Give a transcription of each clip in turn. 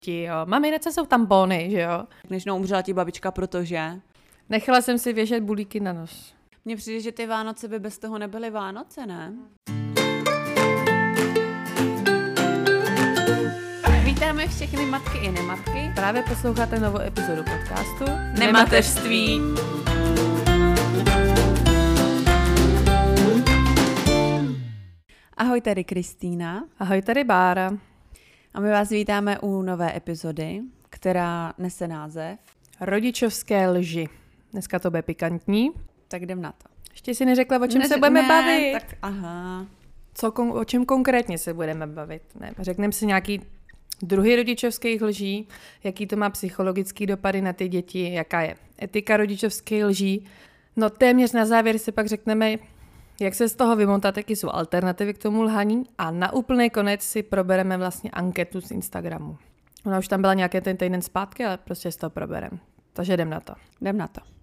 Jo. Mami, nece jsou tampony, že jo? Než umřela ti babička, protože... Nechala jsem si věšet bulíky na nos. Mně přijde, že ty Vánoce by bez toho nebyly Vánoce, ne? Vítáme všechny matky i nematky. Právě posloucháte novou epizodu podcastu Nemateřství. Ahoj, tady Kristýna. Ahoj, tady Bára. A my vás vítáme u nové epizody, která nese název Rodičovské lži. Dneska to bude pikantní. Tak jdem na to. Ještě si neřekla, o čem se budeme bavit. Tak aha. O čem konkrétně se budeme bavit? Ne, řekneme si nějaký druhy rodičovských lží, jaký to má psychologický dopady na ty děti, jaká je etika rodičovských lží. No téměř na závěr si pak řekneme, jak se z toho vymotat, jaký jsou alternativy k tomu lhaní a na úplný konec si probereme vlastně anketu z Instagramu. Ona už tam byla nějaký ten týden zpátky, ale prostě z toho probereme. Takže jdem na to. Jdem na to.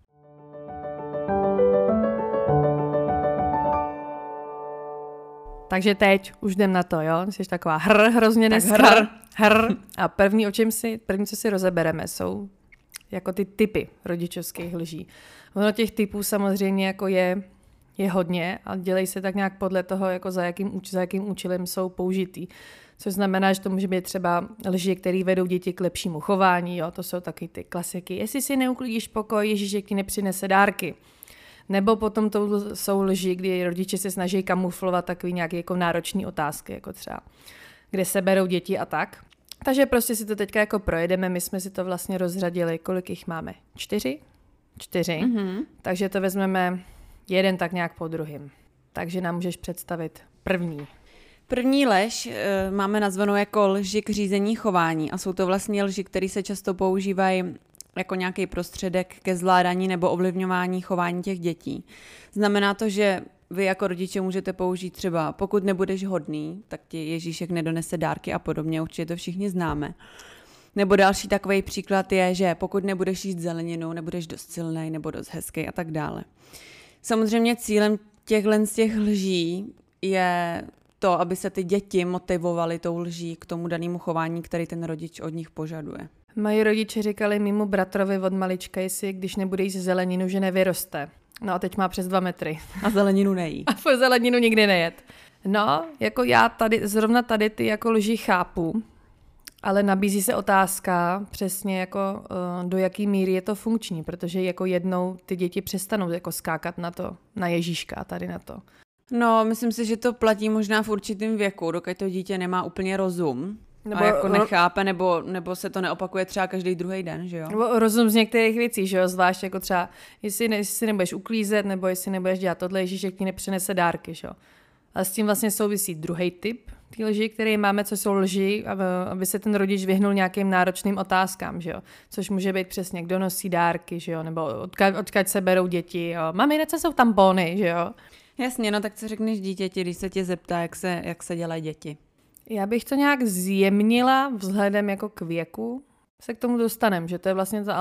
Takže teď už jdem na to, jo? Jsi taková hrozně dneska. Hr. A první, co si rozebereme, jsou jako ty typy rodičovských lží. Ono těch typů samozřejmě jako je hodně a dělej se tak nějak podle toho, jako za jakým účelem jsou použitý. Což znamená, že to může být třeba lži, které vedou děti k lepšímu chování, jo? To jsou taky ty klasiky. Jestli si neuklidíš pokoj, Ježíšek ti nepřinese dárky. Nebo potom to jsou lži, kdy rodiče se snaží kamuflovat takový nějaký jako náročný otázky, jako třeba kde se berou děti a tak. Takže prostě si to teďka jako projedeme, my jsme si to vlastně rozřadili, kolik jich máme? 4? 4. Mm-hmm. Takže to vezmeme jeden tak nějak po druhým. Takže nám můžeš představit první. První lež máme nazvanou jako lži k řízení chování a jsou to vlastně lži, které se často používají jako nějaký prostředek ke zvládání nebo ovlivňování chování těch dětí. Znamená to, že vy jako rodiče můžete použít třeba, pokud nebudeš hodný, tak ti Ježíšek nedonese dárky a podobně, určitě to všichni známe. Nebo další takový příklad je, že pokud nebudeš jíst zeleninu, nebudeš dost silnej nebo dost hezký a tak dále. Samozřejmě cílem těch lží je to, aby se ty děti motivovaly tou lží k tomu danému chování, který ten rodič od nich požaduje. Moji rodiče říkali mému bratrovi od malička, jestli když nebude jíst zeleninu, že nevyroste. No a teď má přes 2 metry. A zeleninu nejí. A zeleninu nikdy nejet. No, jako já zrovna tady ty jako lži chápu, ale nabízí se otázka přesně jako do jaký míry je to funkční, protože jako jednou ty děti přestanou jako skákat na Ježíška tady na to. No, myslím si, že to platí možná v určitém věku, dokud to dítě nemá úplně rozum. Nebo a jako nechápe, nebo se to neopakuje třeba každý druhý den, že jo? Nebo rozum z některých věcí, že jo? Zvlášť jako třeba, jestli si nebudeš uklízet, nebo jestli nebudeš dělat tohle, Ježíšek ti nepřinese dárky, že jo? A s tím vlastně souvisí druhý typ ty lži, který máme, co jsou lži, aby se ten rodič vyhnul nějakým náročným otázkám, že jo? Což může být přesně, kdo nosí dárky, že jo? Nebo odkud se berou děti, jo? Mami, nece jsou tampony, že jo? Jasně, no tak co řekneš dítěti, když se tě zeptá, jak se dělají děti? Já bych to nějak zjemnila vzhledem jako k věku. Se k tomu dostanem, že to je vlastně ta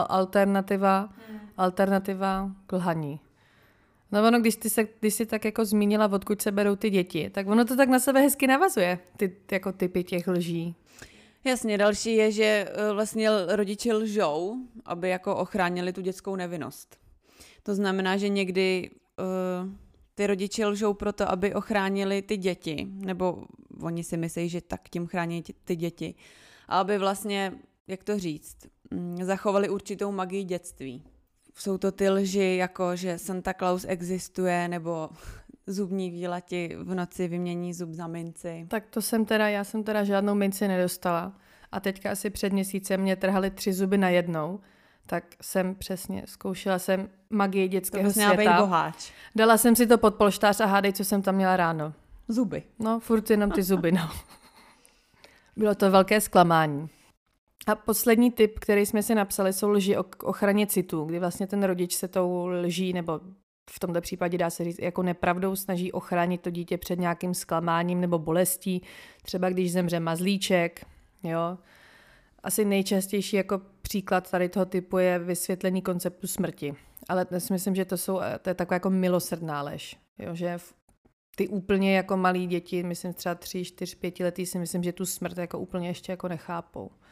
alternativa k lhaní. No ono, když jsi tak jako zmínila, odkud se berou ty děti, tak ono to tak na sebe hezky navazuje, ty jako typy těch lží. Jasně, další je, že vlastně rodiče lžou, aby jako ochránili tu dětskou nevinnost. To znamená, že někdy ty rodiče lžou proto, aby ochránili ty děti, nebo oni si myslí, že tak tím chrání ty děti, a aby vlastně, jak to říct, zachovali určitou magii dětství. Jsou to ty lži, jako že Santa Claus existuje, nebo zubní výleti v noci vymění zub za minci. Tak já jsem teda žádnou minci nedostala. A teďka asi před měsícem mě trhali 3 zuby najednou. Tak zkoušela jsem magii dětského světa. Boháč. Dala jsem si to pod polštář a hádej, co jsem tam měla ráno. Zuby. No, furt jenom ty zuby, no. Bylo to velké zklamání. A poslední tip, který jsme si napsali, jsou lži o ochraně citů, kdy vlastně ten rodič se tou lží, nebo v tomto případě dá se říct, jako nepravdou snaží ochránit to dítě před nějakým zklamáním nebo bolestí, třeba když zemře mazlíček, jo. Asi nejčastější jako příklad tady toho typu je vysvětlení konceptu smrti. Ale dnes myslím, že to je taková jako milosrdná lež, jo, že ty úplně jako malí děti, myslím třeba 3, 4, 5 letý, si myslím, že tu smrt jako úplně ještě jako nechápou.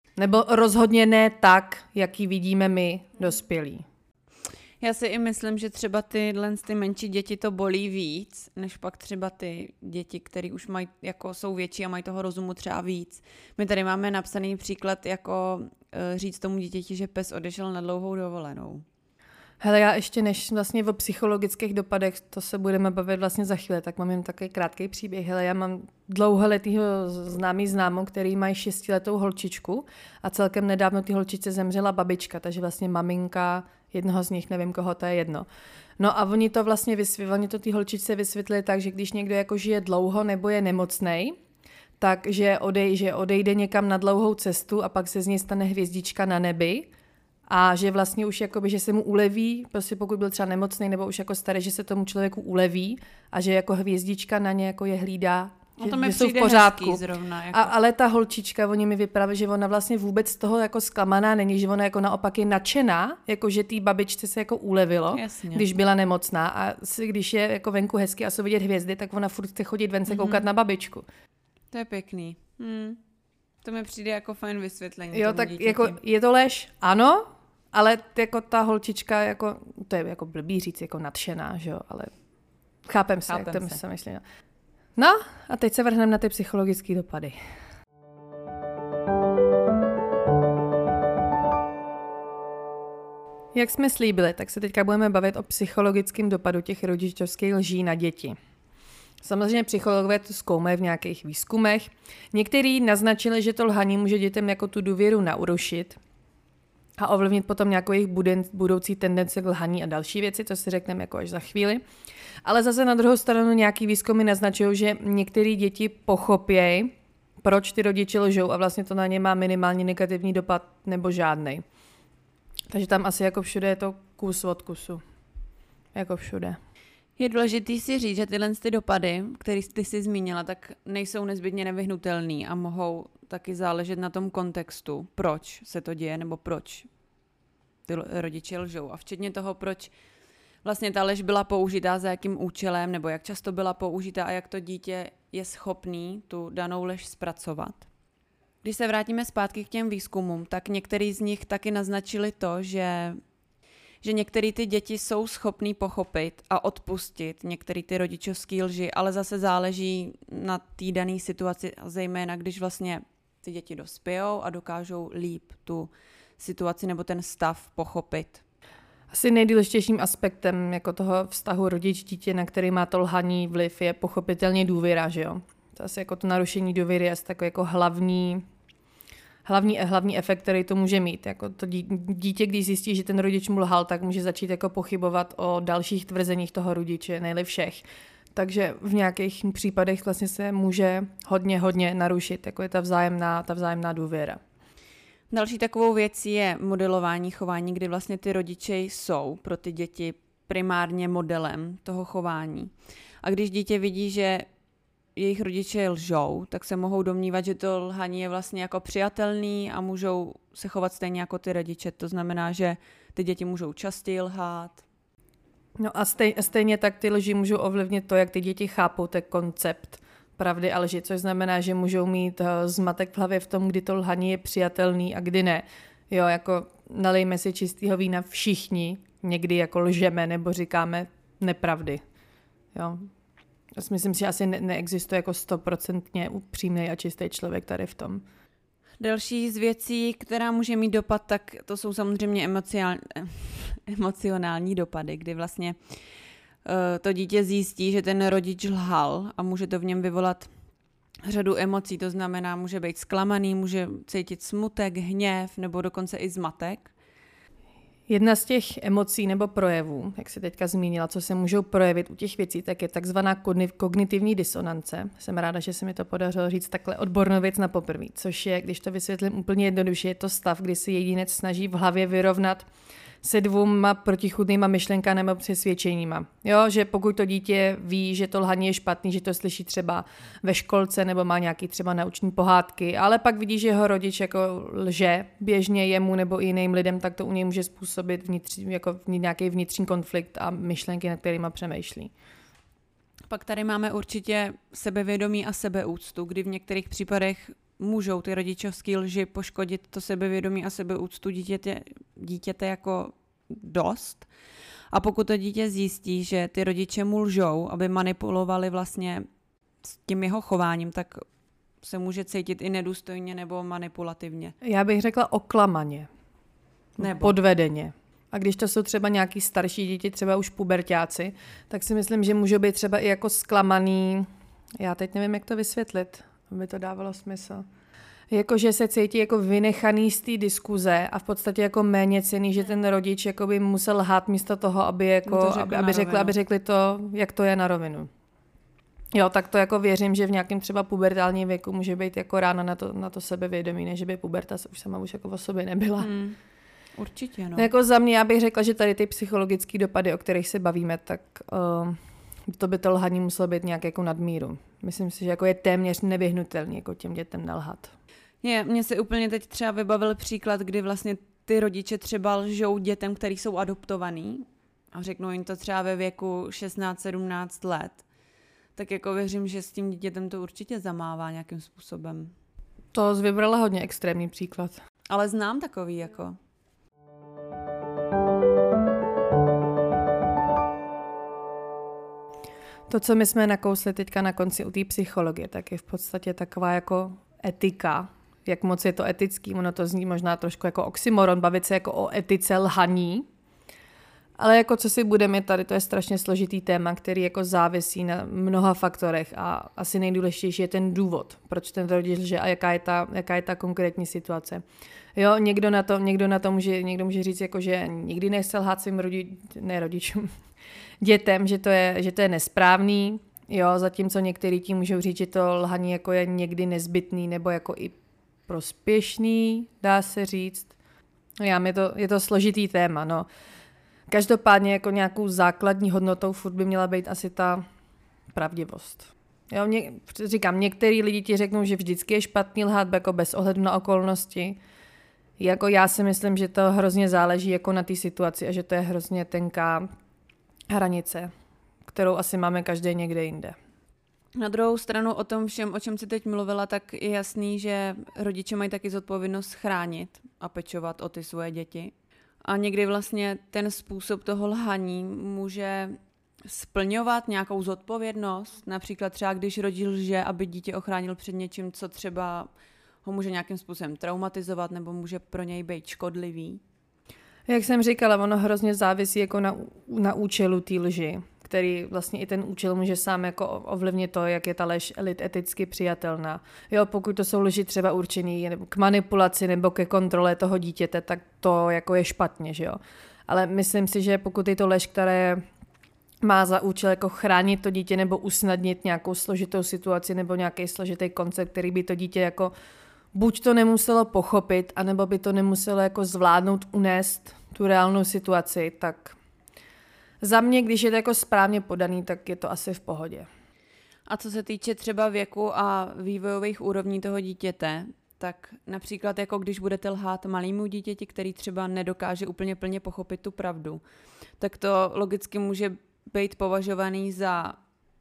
Nebo rozhodně ne tak, jaký vidíme my dospělí. Já si i myslím, že třeba ty menší děti to bolí víc, než pak třeba ty děti, které už mají, jako jsou větší a mají toho rozumu třeba víc. My tady máme napsaný příklad, jako říct tomu dítěti, že pes odešel na dlouhou dovolenou. Hele, já ještě než vlastně o psychologických dopadech, to se budeme bavit vlastně za chvíli, tak mám jen takový krátký příběh. Hele, já mám dlouholetýho známou, který má 6letou holčičku a celkem nedávno ty holčice zemřela babička, takže vlastně maminka jednoho z nich, nevím koho, to je jedno. No a oni to ty holčičce vysvětlili tak, že když někdo jako žije dlouho nebo je nemocnej, takže odejde někam na dlouhou cestu a pak se z něj stane hvězdička na nebi, a že vlastně už jakoby, že se mu uleví, prostě pokud byl třeba nemocný nebo už jako starý, že se tomu člověku uleví a že jako hvězdička na ně jako je hlídá, že jsou v pořádku. Zrovna, jako. Ale ta holčička, oni mi vyprávěli, že ona vlastně vůbec z toho jako zklamaná není, že ona jako naopak je nadšená, jako že té babičce se jako ulevilo, Jasně. Když byla nemocná a když je jako venku hezky a jsou vidět hvězdy, tak ona furt chce chodit ven se koukat na babičku. To je pěkný. To mi přijde jako fajn vysvětlení. Jo, tak dítěti. Jako je to lež? Ano, ale jako ta holčička, jako, to je jako blbý říct, jako nadšená, že jo, ale chápem se, jak to se myslí. No a teď se vrhneme na ty psychologické dopady. Jak jsme slíbili, tak se teďka budeme bavit o psychologickém dopadu těch rodičovských lží na děti. Samozřejmě psychologové to zkoumají v nějakých výzkumech. Někteří naznačili, že to lhaní může dětem jako tu důvěru naurušit a ovlivnit potom nějakou jejich budoucí tendence k lhaní a další věci, co si řekneme jako až za chvíli. Ale zase na druhou stranu nějaký výzkumy naznačují, že některé děti pochopějí, proč ty rodiče lžou a vlastně to na ně má minimálně negativní dopad nebo žádnej. Takže tam asi jako všude je to kus od kusu. Jako všude. Je důležitý si říct, že tyhle dopady, které ty jsi zmínila, tak nejsou nezbytně nevyhnutelný a mohou taky záležet na tom kontextu, proč se to děje nebo proč ty rodiče lžou. A včetně toho, proč vlastně ta lež byla použitá, za jakým účelem nebo jak často byla použitá a jak to dítě je schopný tu danou lež zpracovat. Když se vrátíme zpátky k těm výzkumům, tak některý z nich taky naznačili to, že některé ty děti jsou schopný pochopit a odpustit některé ty rodičovské lži, ale zase záleží na té dané situaci, zejména když vlastně ty děti dospějou a dokážou líp tu situaci nebo ten stav pochopit. Asi nejdůležitějším aspektem jako toho vztahu rodič-dítě, na který má to lhaní vliv, je pochopitelně důvěra, že jo? To asi jako to narušení důvěry je takový jako hlavní efekt, který to může mít. Jako to dítě, když zjistí, že ten rodič mu lhal, tak může začít jako pochybovat o dalších tvrzeních toho rodiče, nejli všech. Takže v nějakých případech vlastně se může hodně narušit, jako je ta vzájemná důvěra. Další takovou věcí je modelování chování, kdy vlastně ty rodiče jsou pro ty děti primárně modelem toho chování. A když dítě vidí, že jejich rodiče lžou, tak se mohou domnívat, že to lhaní je vlastně jako přijatelný a můžou se chovat stejně jako ty rodiče. To znamená, že ty děti můžou častěji lhát. No a stejně tak ty lži můžou ovlivnit to, jak ty děti chápou ten koncept pravdy a lži, což znamená, že můžou mít zmatek v hlavě v tom, kdy to lhaní je přijatelný a kdy ne. Jo, jako nalejme si čistýho vína všichni, někdy jako lžeme nebo říkáme nepravdy. Jo. Myslím si, že asi neexistuje jako 100% upřímný a čistý člověk tady v tom. Další z věcí, která může mít dopad, tak to jsou samozřejmě emocionální dopady, kdy vlastně to dítě zjistí, že ten rodič lhal a může to v něm vyvolat řadu emocí. To znamená, může být zklamaný, může cítit smutek, hněv nebo dokonce i zmatek. Jedna z těch emocí nebo projevů, jak jsi teďka zmínila, co se můžou projevit u těch věcí, tak je takzvaná kognitivní disonance. Jsem ráda, že se mi to podařilo říct takhle odbornou věc na poprvé, což je, když to vysvětlím úplně jednoduše, je to stav, kdy si jedinec snaží v hlavě vyrovnat se dvěma protichůdnýma myšlenkami nebo přesvědčeníma. Jo, že pokud to dítě ví, že to lhaní je špatný, že to slyší třeba ve školce nebo má nějaký třeba nauční pohádky, ale pak vidí, že jeho rodič jako lže běžně jemu nebo i jiným lidem, tak to u něj může způsobit nějaký vnitřní konflikt a myšlenky, nad kterými přemýšlí. Pak tady máme určitě sebevědomí a sebeúctu, kdy v některých případech můžou ty rodičovské lži poškodit to sebevědomí a sebeúctu dítěte jako dost. A pokud to dítě zjistí, že ty rodiče mu lžou, aby manipulovali vlastně s tím jeho chováním, tak se může cítit i nedůstojně nebo manipulativně. Já bych řekla oklamaně. Nebo podvedeně. A když to jsou třeba nějaký starší děti, třeba už puberťáci, tak si myslím, že můžou být třeba i jako zklamaný. Já teď nevím, jak to vysvětlit, aby to dávalo smysl. Jakože se cítí jako vynechaný z té diskuze a v podstatě jako méně cenný, že ten rodič jako by musel lhát místo toho, aby řekli to, jak to je na rovinu. Jo, tak to jako věřím, že v nějakém třeba pubertálním věku může být jako rána na to sebevědomí, než by puberta už sama už jako o sobě nebyla. Určitě, no. Jako za mě, já bych řekla, že tady ty psychologické dopady, o kterých se bavíme, tak to by to lhaní muselo být nějak jako nadmíru. Myslím si, že jako je téměř nevyhnutelný jako těm dětem nelhat. Mně se úplně teď třeba vybavil příklad, kdy vlastně ty rodiče třeba lžou dětem, který jsou adoptovaný a řeknou jim to třeba ve věku 16-17 let. Tak jako věřím, že s tím dítětem to určitě zamává nějakým způsobem. To jsi vybrala hodně extrémní příklad. Ale znám takový jako. To, co my jsme nakousli teďka na konci u té psychologie, tak je v podstatě taková jako etika. Jak moc je to etický, ono to zní možná trošku jako oxymoron, bavit se jako o etice lhaní. Ale jako co si budeme tady, to je strašně složitý téma, který jako závisí na mnoha faktorech a asi nejdůležitější je ten důvod, proč ten rodič lže a jaká je ta konkrétní situace. Jo, někdo může říct, jako, že nikdy nechce lhát svým rodičům, dětem, že to je nesprávný, jo, zatímco některý tím můžou říct, že to lhaní jako je někdy nezbytný nebo jako i prospěšný, dá se říct. Je to složitý téma, no. Každopádně jako nějakou základní hodnotou furt by měla být asi ta pravdivost. Jo, říkám, některý lidi ti řeknou, že vždycky je špatný lhát jako bez ohledu na okolnosti. Jako já si myslím, že to hrozně záleží jako na té situaci a že to je hrozně tenká hranice, kterou asi máme každý někde jinde. Na druhou stranu o tom všem, o čem jsi teď mluvila, tak je jasný, že rodiče mají taky zodpovědnost chránit a pečovat o ty svoje děti. A někdy vlastně ten způsob toho lhaní může splňovat nějakou zodpovědnost, například třeba když rodič lže, aby dítě ochránil před něčím, co třeba ho může nějakým způsobem traumatizovat nebo může pro něj být škodlivý. Jak jsem říkala, ono hrozně závisí jako na účelu té lži, který vlastně i ten účel může sám jako ovlivnit to, jak je ta lež eticky přijatelná. Jo, pokud to jsou lži třeba určený k manipulaci nebo ke kontrole toho dítěte, tak to jako je špatně, že jo. Ale myslím si, že pokud je to lež, které má za účel jako chránit to dítě nebo usnadnit nějakou složitou situaci nebo nějaký složitý koncept, který by to dítě jako buď to nemuselo pochopit, anebo by to nemuselo jako zvládnout unést tu reálnou situaci, tak za mě, když je to jako správně podaný, tak je to asi v pohodě. A co se týče třeba věku a vývojových úrovní toho dítěte, tak například jako když budete lhát malému dítěti, který třeba nedokáže úplně plně pochopit tu pravdu, tak to logicky může být považovaný za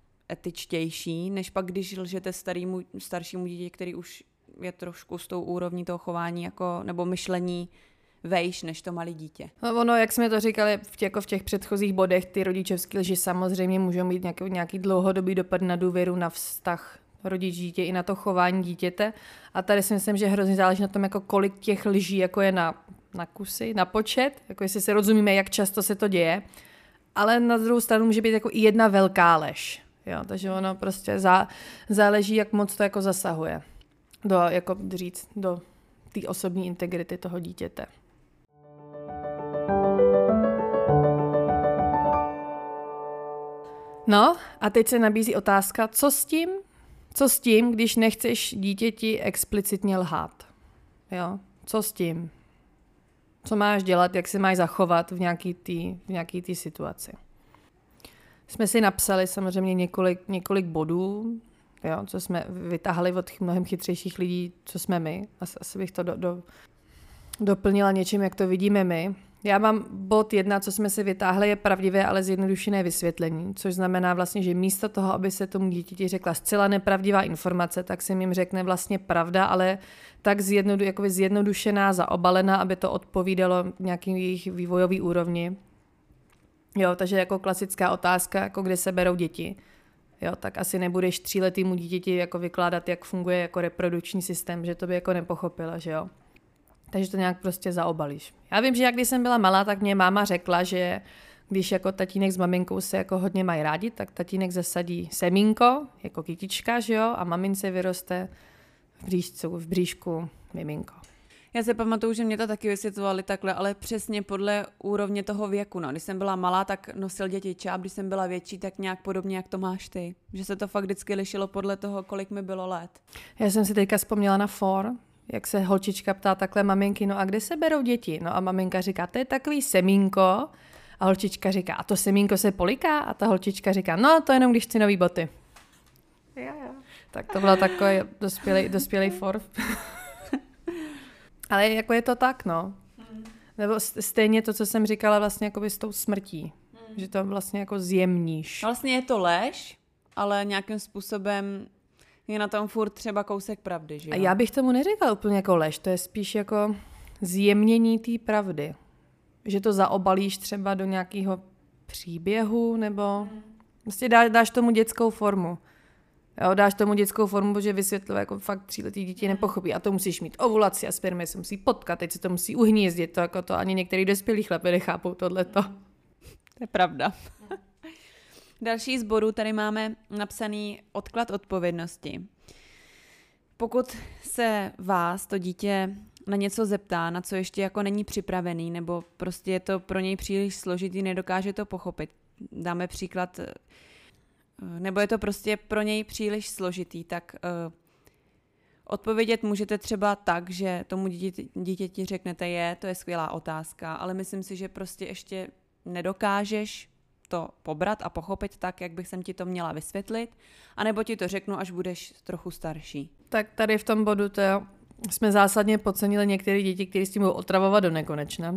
etičtější, než pak když lžete staršímu dítěti, který už je trošku s tou úrovní toho chování jako, nebo myšlení vejš než to malé dítě. No ono, jak jsme to říkali v těch předchozích bodech, ty rodičovské lži samozřejmě můžou mít nějaký dlouhodobý dopad na důvěru, na vztah rodič-dítě i na to chování dítěte. A tady si myslím, že hrozně záleží na tom, jako kolik těch lží jako je na kusy, na počet, jako jestli se rozumíme, jak často se to děje. Ale na druhou stranu může být jako i jedna velká lež. Jo, takže ono prostě záleží, jak moc to jako zasahuje do té osobní integrity toho dítěte. No a teď se nabízí otázka, co s tím, když nechceš dítěti explicitně lhát? Jo? Co s tím? Co máš dělat, jak se máš zachovat v nějaký té situaci? Jsme si napsali samozřejmě několik bodů, jo, co jsme vytáhli od mnohem chytřejších lidí, co jsme my. Asi bych to doplnila něčím, jak to vidíme my. Já mám bod 1, co jsme si vytáhli, je pravdivé, ale zjednodušené vysvětlení, což znamená vlastně, že místo toho, aby se tomu dítěti řekla zcela nepravdivá informace, tak se jim řekne vlastně pravda, ale tak zjednodušená, zaobalená, aby to odpovídalo nějakým jejich vývojový úrovni. Jo, takže jako klasická otázka, jako kde se berou děti. Jo, tak asi nebudeš 3letýmu dítěti jako vykládat, jak funguje jako reprodukční systém, že to by jako nepochopila, že jo. Takže to nějak prostě zaobalíš. Já vím, že jak když jsem byla malá, tak mě máma řekla, že když jako tatínek s maminkou se jako hodně mají rádi, tak tatínek zasadí semínko, jako kytička, že jo, a mamince vyroste v bříšku miminko. Já si pamatuju, že mě to taky vysvětlovali takhle, ale přesně podle úrovně toho věku. No. Když jsem byla malá, tak nosil děti čáp, když jsem byla větší, tak nějak podobně, jak to máš ty. Že se to fakt vždycky lišilo podle toho, kolik mi bylo let. Já jsem si teďka vzpomněla na jak se holčička ptá takhle maminky, no a kde se berou děti? No a maminka říká, to je takový semínko. A holčička říká, a to semínko se poliká? A ta holčička říká, no to jenom když chci nový boty. Jo. Tak to byla takový dospělý for. Ale jako je to tak, no. Nebo stejně to, co jsem říkala vlastně jakoby s tou smrtí. Že to vlastně jako zjemníš. Vlastně je to lež, ale nějakým způsobem je na tom furt třeba kousek pravdy, že jo? A já bych tomu neříkala úplně jako lež, to je spíš jako zjemnění té pravdy. Že to zaobalíš třeba do nějakého příběhu, nebo prostě dáš tomu dětskou formu. Jo, dáš tomu dětskou formu, protože vysvětluje, jako fakt 3letý dítě nepochopí. A to musíš mít ovulaci a spermie se musí potkat, teď se to musí uhnízdit, to jako to ani některý dospělí chlapi nechápou tohleto. To je pravda. Další z bodů tady máme napsaný odklad odpovědnosti. Pokud se vás to dítě na něco zeptá, na co ještě jako není připravený, nebo prostě je to pro něj příliš složitý, nedokáže to pochopit. Dáme příklad, nebo je to prostě pro něj příliš složitý, tak odpovědět můžete třeba tak, že tomu dítěti řeknete, to je skvělá otázka, ale myslím si, že prostě ještě nedokážeš to pobrat a pochopit tak, jak bych jsem ti to měla vysvětlit, anebo ti to řeknu, až budeš trochu starší. Tak tady v tom bodu jsme zásadně podcenili některé děti, které s tím budou otravovat do nekonečna.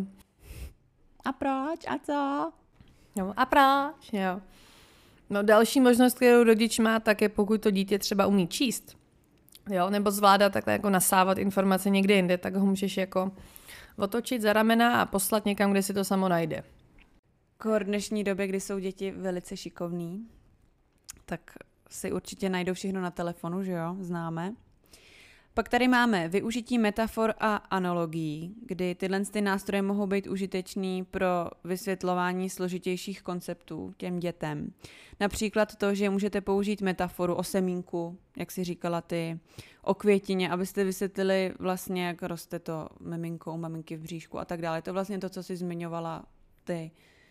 A proč? A co? Jo, a proč? Jo. No další možnost, kterou rodič má, tak je pokud to dítě třeba umí číst, jo, nebo zvládá takhle jako nasávat informace někde jinde, tak ho můžeš jako otočit za ramena a poslat někam, kde si to samo najde. V dnešní době, kdy jsou děti velice šikovní, tak si určitě najdou všechno na telefonu, že jo, známe. Pak tady máme využití metafor a analogií, kdy tyhle nástroje mohou být užitečný pro vysvětlování složitějších konceptů těm dětem. Například to, že můžete použít metaforu o semínku, jak si říkala ty, o květině, abyste vysvětlili vlastně, jak roste to miminko u maminky v bříšku a tak dále. Je to vlastně to, co jsi zmiňovala ty.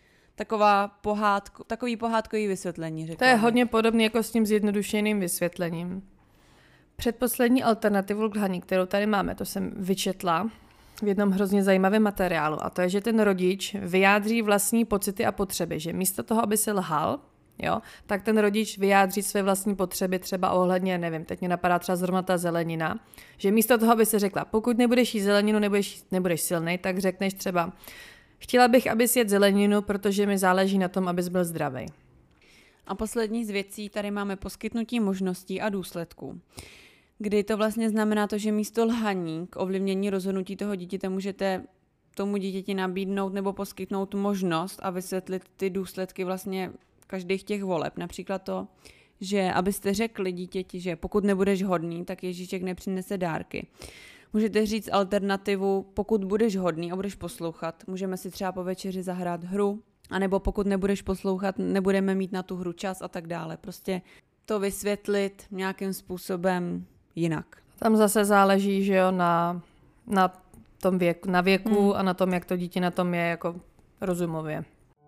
Takový pohádkový vysvětlení, řekla. To je hodně podobné jako s tím zjednodušeným vysvětlením. Předposlední alternativu k lhaní, kterou tady máme, to jsem vyčetla v jednom hrozně zajímavém materiálu, a to je, že ten rodič vyjádří vlastní pocity a potřeby, že místo toho, aby se lhal, jo, tak ten rodič vyjádří své vlastní potřeby třeba ohledně, nevím, teď mě napadá třeba zrovna ta zelenina, že místo toho, aby se řekla, pokud nebudeš jíst zeleninu, nebudeš silnej, tak řekneš třeba, chtěla bych, abys jedl zeleninu, protože mi záleží na tom, abys byl zdravý. A poslední z věcí, tady máme poskytnutí možností a důsledků. Kdy to vlastně znamená to, že místo lhaní k ovlivnění rozhodnutí toho dítěte můžete tomu dítěti nabídnout nebo poskytnout možnost a vysvětlit ty důsledky vlastně každých těch voleb. Například to, že abyste řekli dítěti, že pokud nebudeš hodný, tak Ježíšek nepřinese dárky. Můžete říct alternativu, pokud budeš hodný a budeš poslouchat, můžeme si třeba po večeři zahrát hru, anebo pokud nebudeš poslouchat, nebudeme mít na tu hru čas a tak dále. Prostě to vysvětlit nějakým způsobem jinak. Tam zase záleží, že jo, na tom věku, na věku a na tom, jak to dítě na tom je jako rozumově.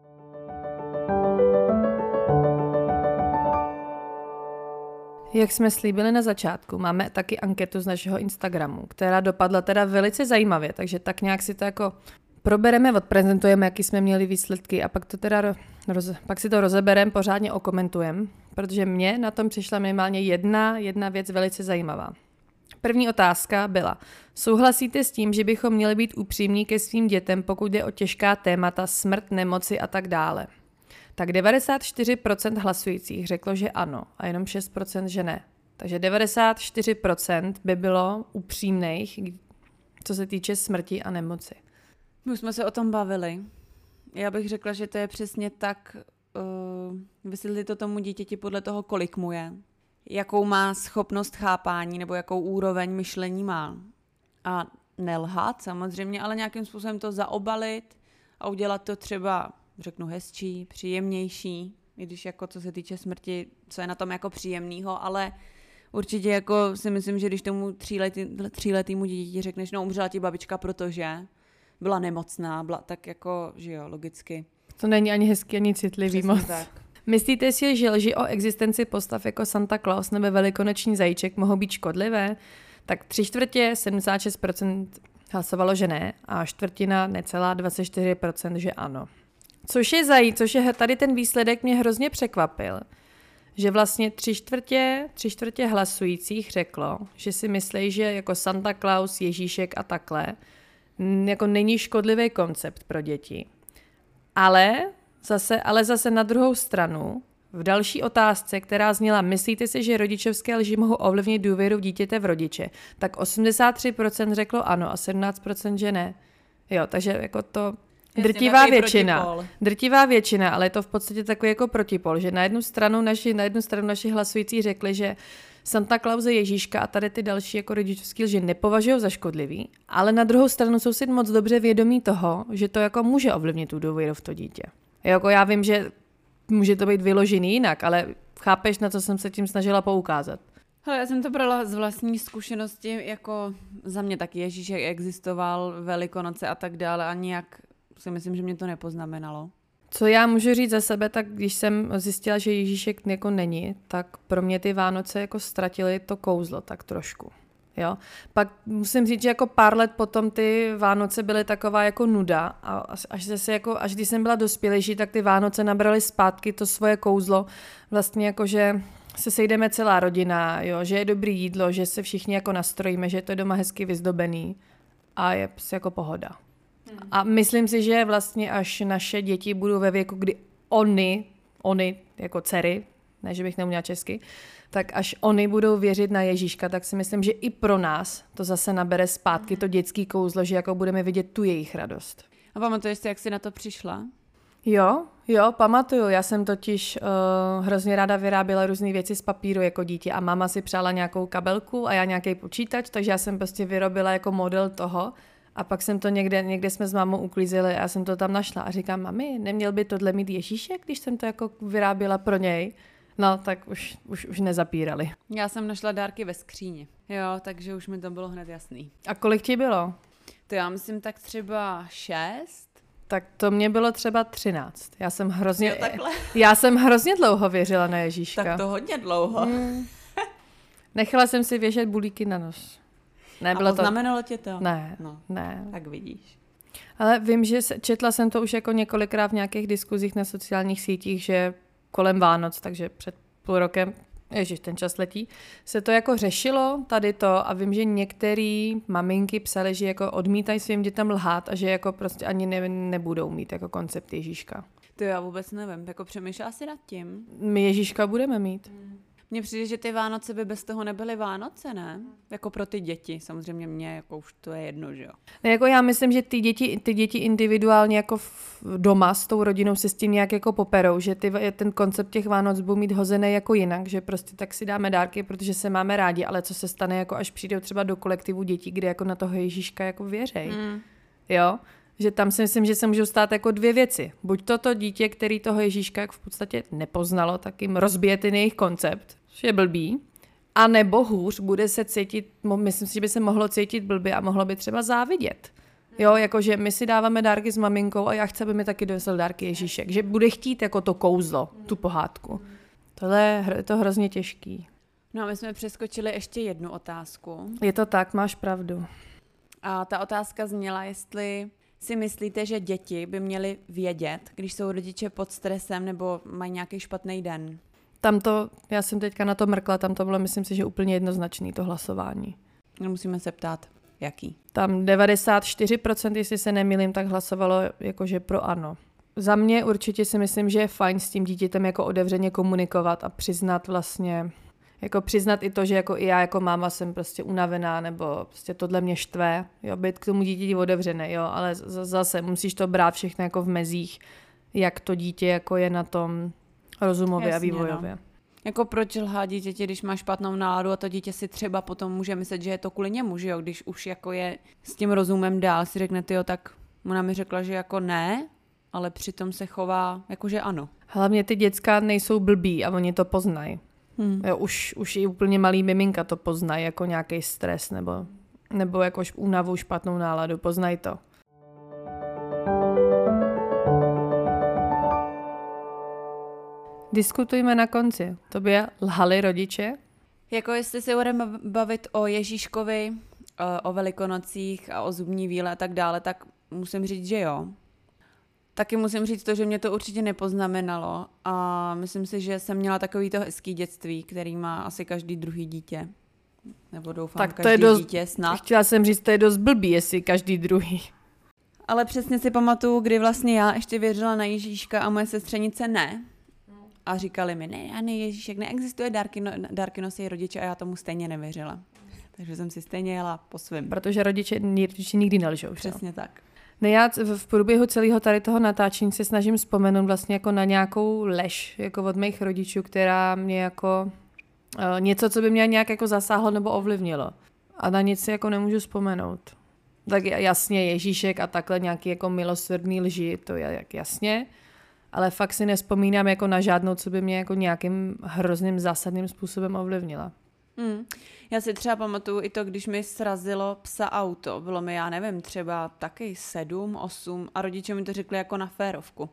Jak jsme slíbili na začátku, máme taky anketu z našeho Instagramu, která dopadla teda velice zajímavě, takže tak nějak si to jako probereme, odprezentujeme, jaký jsme měli výsledky a pak to teda pak si to rozebereme, pořádně okomentujeme, protože mě na tom přišla minimálně jedna věc velice zajímavá. První otázka byla, souhlasíte s tím, že bychom měli být upřímní ke svým dětem, pokud jde o těžká témata, smrt, nemoci a tak dále? Tak 94% hlasujících řeklo, že ano a jenom 6% že ne. Takže 94% by bylo upřímných, co se týče smrti a nemoci. My už jsme se o tom bavili. Já bych řekla, že to je přesně tak, vysvětlit to tomu dítěti podle toho, kolik mu je, jakou má schopnost chápání nebo jakou úroveň myšlení má. A nelhat samozřejmě, ale nějakým způsobem to zaobalit a udělat to třeba, řeknu, hezčí, příjemnější, i když jako co se týče smrti, co je na tom jako příjemného, ale určitě jako si myslím, že když tomu tříletýmu dítěti řekneš, no umřela ti babička, protože byla nemocná, tak jako, že jo, logicky. To není ani hezký, ani citlivý přesně moc. Tak. Myslíte si, že lži o existenci postav jako Santa Claus nebo velikonoční zajíček mohou být škodlivé? Tak 3/4, 76% hlasovalo, že ne a čtvrtina, necelá 24%, že ano. Což je tady ten výsledek mě hrozně překvapil, že vlastně 3/4 hlasujících řeklo, že si myslí, že jako Santa Claus, Ježíšek a takhle jako není škodlivý koncept pro děti. Ale zase na druhou stranu, v další otázce, která zněla, myslíte si, že rodičovské lži mohou ovlivnit důvěru dítěte v rodiče, tak 83% řeklo ano a 17% že ne. Jo, takže jako to drtivá většina, ale je to v podstatě takový jako protipol, že na jednu stranu naši hlasující řekli, že Santa Claus, Ježíška a tady ty další jako rodičovský lži nepovažují za škodlivý, ale na druhou stranu jsou si moc dobře vědomí toho, že to jako může ovlivnit tu důvěru v to dítě. Jako já vím, že může to být vyložený jinak, ale chápeš, na co jsem se tím snažila poukázat? Hele, já jsem to brala z vlastní zkušenosti, jako za mě taky Ježíšek existoval, Velikonoce a tak dále a nijak si myslím, že mě to nepoznamenalo. Co já můžu říct za sebe, tak když jsem zjistila, že Ježíšek jako není, tak pro mě ty Vánoce jako ztratily to kouzlo tak trošku. Jo? Pak musím říct, že jako pár let potom ty Vánoce byly taková jako nuda a až když jsem byla dospělejší, tak ty Vánoce nabraly zpátky to svoje kouzlo. Vlastně jako, že se sejdeme celá rodina, jo? Že je dobrý jídlo, že se všichni jako nastrojíme, že je to doma hezky vyzdobený a je prostě jako pohoda. A myslím si, že vlastně až naše děti budou ve věku, kdy oni jako dcery, ne, že bych neuměla česky, tak až oni budou věřit na Ježíška, tak si myslím, že i pro nás to zase nabere zpátky to dětský kouzlo, že jako budeme vidět tu jejich radost. A pamatuješ si, jak jsi na to přišla? Jo, pamatuju. Já jsem totiž hrozně ráda vyráběla různé věci z papíru jako dítě a máma si přála nějakou kabelku a já nějaký počítač, takže já jsem prostě vyrobila jako model toho. A pak jsem to někde jsme s mámou uklízeli a já jsem to tam našla a říkám, mami, neměl by tohle mít Ježíšek, když jsem to jako vyráběla pro něj? No, tak už nezapírali. Já jsem našla dárky ve skříni, jo, takže už mi to bylo hned jasný. A kolik ti bylo? To já myslím tak třeba 6. Tak to mě bylo třeba 13. Já jsem hrozně dlouho věřila na Ježíška. Tak to hodně dlouho. Nechala jsem si věšet bulíky na nos. A poznamenalo tě to? Ne, no, ne. Tak vidíš. Ale vím, že četla jsem to už jako několikrát v nějakých diskuzích na sociálních sítích, že kolem Vánoc, takže před půl rokem, ten čas letí, se to jako řešilo tady to a vím, že některé maminky psaly, že jako odmítají svým dětem lhát a že jako prostě ani nebudou mít jako koncept Ježíška. To já vůbec nevím, jako přemýšlela si nad tím. My Ježíška budeme mít. Mně přijde, že ty Vánoce by bez toho nebyly Vánoce, ne? Jako pro ty děti, samozřejmě mě jako už to je jedno, že jo. Ne, jako já myslím, že ty děti individuálně jako doma s tou rodinou se s tím nějak jako poperou, že ten koncept těch Vánoc budou mít hozený jako jinak, že prostě tak si dáme dárky, protože se máme rádi, ale co se stane, jako až přijdou třeba do kolektivu dětí, kde jako na toho Ježíška jako věřej. Jo? Že tam si myslím, že se můžou stát jako dvě věci. Buď toto dítě, který toho Ježíška jak v podstatě nepoznalo, tak jim rozbije ten jejich koncept, že je blbý, a nebo hůř bude se cítit, myslím si, že by se mohlo cítit blbě a mohlo by třeba závidět. Jo, jakože my si dáváme dárky s maminkou a já chci, aby mi taky donesl dárky Ježíšek. Že bude chtít jako to kouzlo, tu pohádku. Tohle je to hrozně těžký. No a my jsme přeskočili ještě jednu otázku. Je to tak, máš pravdu. A ta otázka zněla, jestli si myslíte, že děti by měly vědět, když jsou rodiče pod stresem nebo mají nějaký špatný den? Já jsem teďka na to mrkla, tam to bylo, myslím si, že úplně jednoznačný to hlasování. Musíme se ptát, jaký. Tam 94%, jestli se nemýlím, tak hlasovalo jakože pro ano. Za mě určitě si myslím, že je fajn s tím dítětem jako otevřeně komunikovat a přiznat vlastně, jako přiznat i to, že jako i já jako máma jsem prostě unavená nebo prostě tohle mě štve, jo, být k tomu dítěti otevřený, jo, ale zase musíš to brát všechno jako v mezích, jak to dítě jako je na tom rozumově. Jasně, a vývojově. No. Jako proč lhát dítěti, když má špatnou náladu a to dítě si třeba potom může myslet, že je to kvůli němu, že jo, když už jako je s tím rozumem dál, si řekne, tyjo, tak ona mi řekla, že jako ne, ale přitom se chová jakože ano. Hlavně ty děcka nejsou blbí a oni to poznají. Jo, už i úplně malý miminka to poznají jako nějaký stres nebo jako únavu, špatnou náladu, poznají to. Diskutujme na konci. Tobě lhali rodiče? Jako jestli si budeme bavit o Ježíškovi, o Velikonocích a o zubní víle a tak dále, tak musím říct, že jo. Taky musím říct to, že mě to určitě nepoznamenalo a myslím si, že jsem měla takový to hezký dětství, který má asi každý druhý dítě. Nebo doufám, tak každý dítě snad. Chtěla jsem říct, to je dost blbý, jestli každý druhý. Ale přesně si pamatuju, kdy vlastně já ještě věřila na Ježíška a moje sestřenice ne. A říkali mi, ne, Ježíšek, neexistuje dárky nosí rodiče a já tomu stejně nevěřila. Takže jsem si stejně jela po svém. Protože rodiče nikdy nelžou. Přesně tak. Ne, já v průběhu celého tady toho natáčení se snažím vzpomenout vlastně jako na nějakou lež, jako od mých rodičů, která mě jako něco, co by mě nějak jako zasáhlo nebo ovlivnilo. A na nic si jako nemůžu vzpomenout. Tak jasně Ježíšek a takhle nějaký jako milosrdný lži, to je jak jasně. Ale fakt si nespomínám jako na žádnou, co by mě jako nějakým hrozným zásadním způsobem ovlivnila. Já si třeba pamatuju i to, když mi srazilo psa auto. Bylo mi, já nevím, třeba taky 7, 8 a rodiče mi to řekli jako na férovku.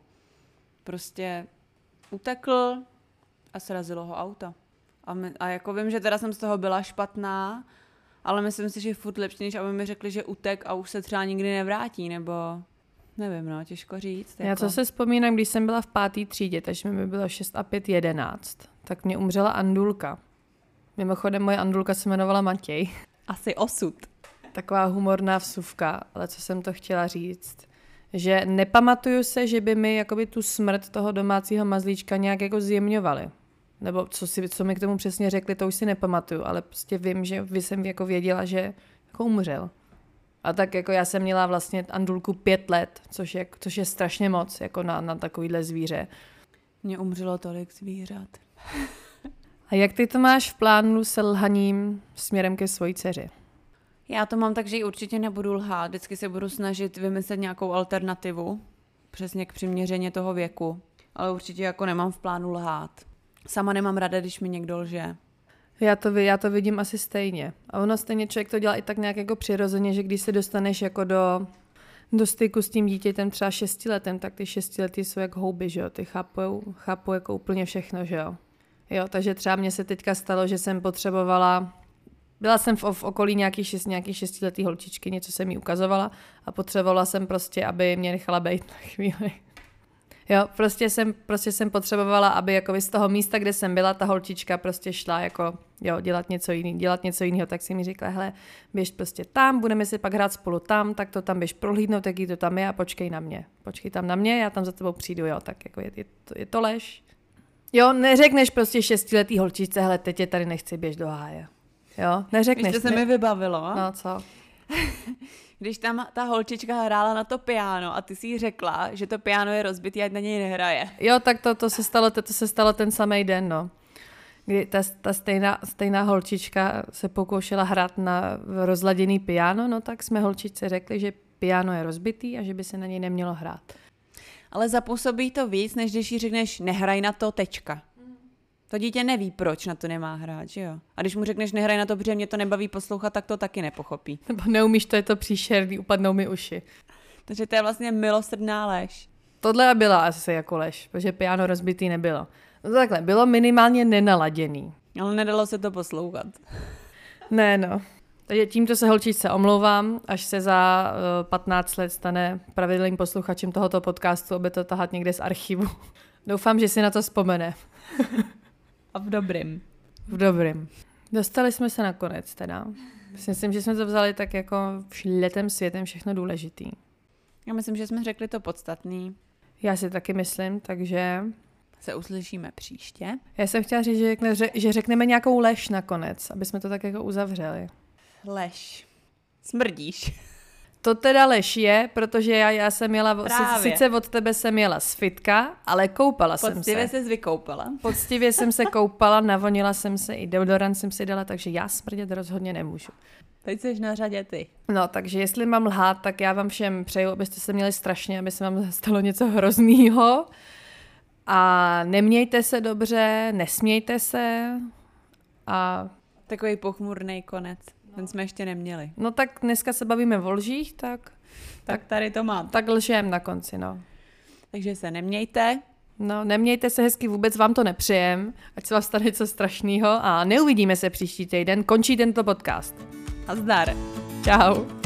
Prostě utekl a srazilo ho auto. A jako vím, že teda jsem z toho byla špatná, ale myslím si, že je furt lepší, než aby mi řekli, že utek a už se třeba nikdy nevrátí, nebo... Nevím, no, těžko říct. Já co se vzpomínám, když jsem byla v 5. třídě, takže mi bylo 6 a 5, 11, tak mě umřela Andulka. Mimochodem moje Andulka se jmenovala Matěj. Asi osud. Taková humorná vsuvka, ale co jsem to chtěla říct, že nepamatuju se, že by mi jakoby tu smrt toho domácího mazlíčka nějak jako zjemňovali. Nebo co mi k tomu přesně řekli, to už si nepamatuju, ale prostě vím, že jsem jako věděla, že jako umřel. A tak jako já jsem měla vlastně Andulku 5 let, což je strašně moc jako na takovýhle zvíře. Mně umřelo tolik zvířat. A jak ty to máš v plánu se lhaním směrem ke svojí dceři? Já to mám tak, že ji určitě nebudu lhát. Vždycky se budu snažit vymyslet nějakou alternativu, přesně k přiměřeně toho věku. Ale určitě jako nemám v plánu lhát. Sama nemám ráda, když mi někdo lže. Já to vidím asi stejně. A ono stejně člověk to dělá i tak nějak jako přirozeně, že když se dostaneš jako do styku s tím dítětem třeba 6 letem, tak ty 6 lety jsou jak houby, že jo? Ty chápou jako úplně všechno, že jo? Jo, takže třeba mně se teďka stalo, že jsem byla jsem v okolí nějaký 6letý holčičky, něco jsem jí ukazovala a potřebovala jsem prostě, aby mě nechala bejt na chvíli. Jo, prostě jsem potřebovala, aby jako z toho místa, kde jsem byla, ta holčička prostě šla jako, jo, dělat něco jiného, tak si mi říkala, hele, běž prostě tam, budeme si pak hrát spolu tam, tak to tam běž prohlídnout, jaký to tam je a počkej tam na mě, já tam za tebou přijdu, jo, tak jako je to lež. Jo, neřekneš prostě 6letý holčičce, hele, teď je tady nechci, běž do háje. Jo, neřekneš. Víš, to se mi vybavilo. No, co? Když tam ta holčička hrála na to piano a ty si jí řekla, že to piano je rozbitý, ať na něj nehraje. Jo, tak to se stalo ten samý den, no. Kdy ta stejná holčička se pokoušela hrát na rozladěný piano, no tak jsme holčičce řekli, že piano je rozbitý a že by se na něj nemělo hrát. Ale zapůsobí to víc, než když jí řekneš nehraj na to, tečka. To dítě neví, proč na to nemá hrát, že jo? A když mu řekneš nehraj na to, protože mě to nebaví poslouchat, tak to taky nepochopí. Nebo neumíš, to je to příšerný, upadnou mi uši. Takže to je vlastně milosrdná lež. Tohle byla asi jako lež, protože piano rozbitý nebylo. No takhle, bylo minimálně nenaladěný. Ale nedalo se to poslouchat. Ne, no. Takže tímto se holčičce omlouvám, až se za 15 let stane pravidelným posluchačem tohoto podcastu, aby to tahat někde z archivu. Doufám, že si na to vzpomene. A v dobrým. V dobrým. Dostali jsme se nakonec teda. Myslím, že jsme to vzali tak jako všletem světem všechno důležitý. Já myslím, že jsme řekli to podstatný. Já si taky myslím, takže... Se uslyšíme příště. Já jsem chtěla říct, že řekneme nějakou lež nakonec, aby jsme to tak jako uzavřeli. Lež. Smrdíš. To teda lež je, protože já jsem jela, sice od tebe jsem jela z fitka, ale koupala jsem se. Poctivě ses vykoupala. Poctivě jsem se koupala, navonila jsem se, i deodorant jsem si dala, takže já smrdět rozhodně nemůžu. Teď jsi na řadě ty. No, takže jestli mám lhát, tak já vám všem přeju, abyste se měli strašně, aby se vám stalo něco hroznýho. A nemějte se dobře, nesmějte se a... Takový pochmurný konec. Ten jsme ještě neměli. No tak dneska se bavíme o lžích, tak tady to mám. Tak lžem na konci, no. Takže se nemějte. No, nemějte se hezky, vůbec vám to nepřejem, ať se vás stane něco strašného a neuvidíme se příští týden, končí tento podcast. A zdar. Čau.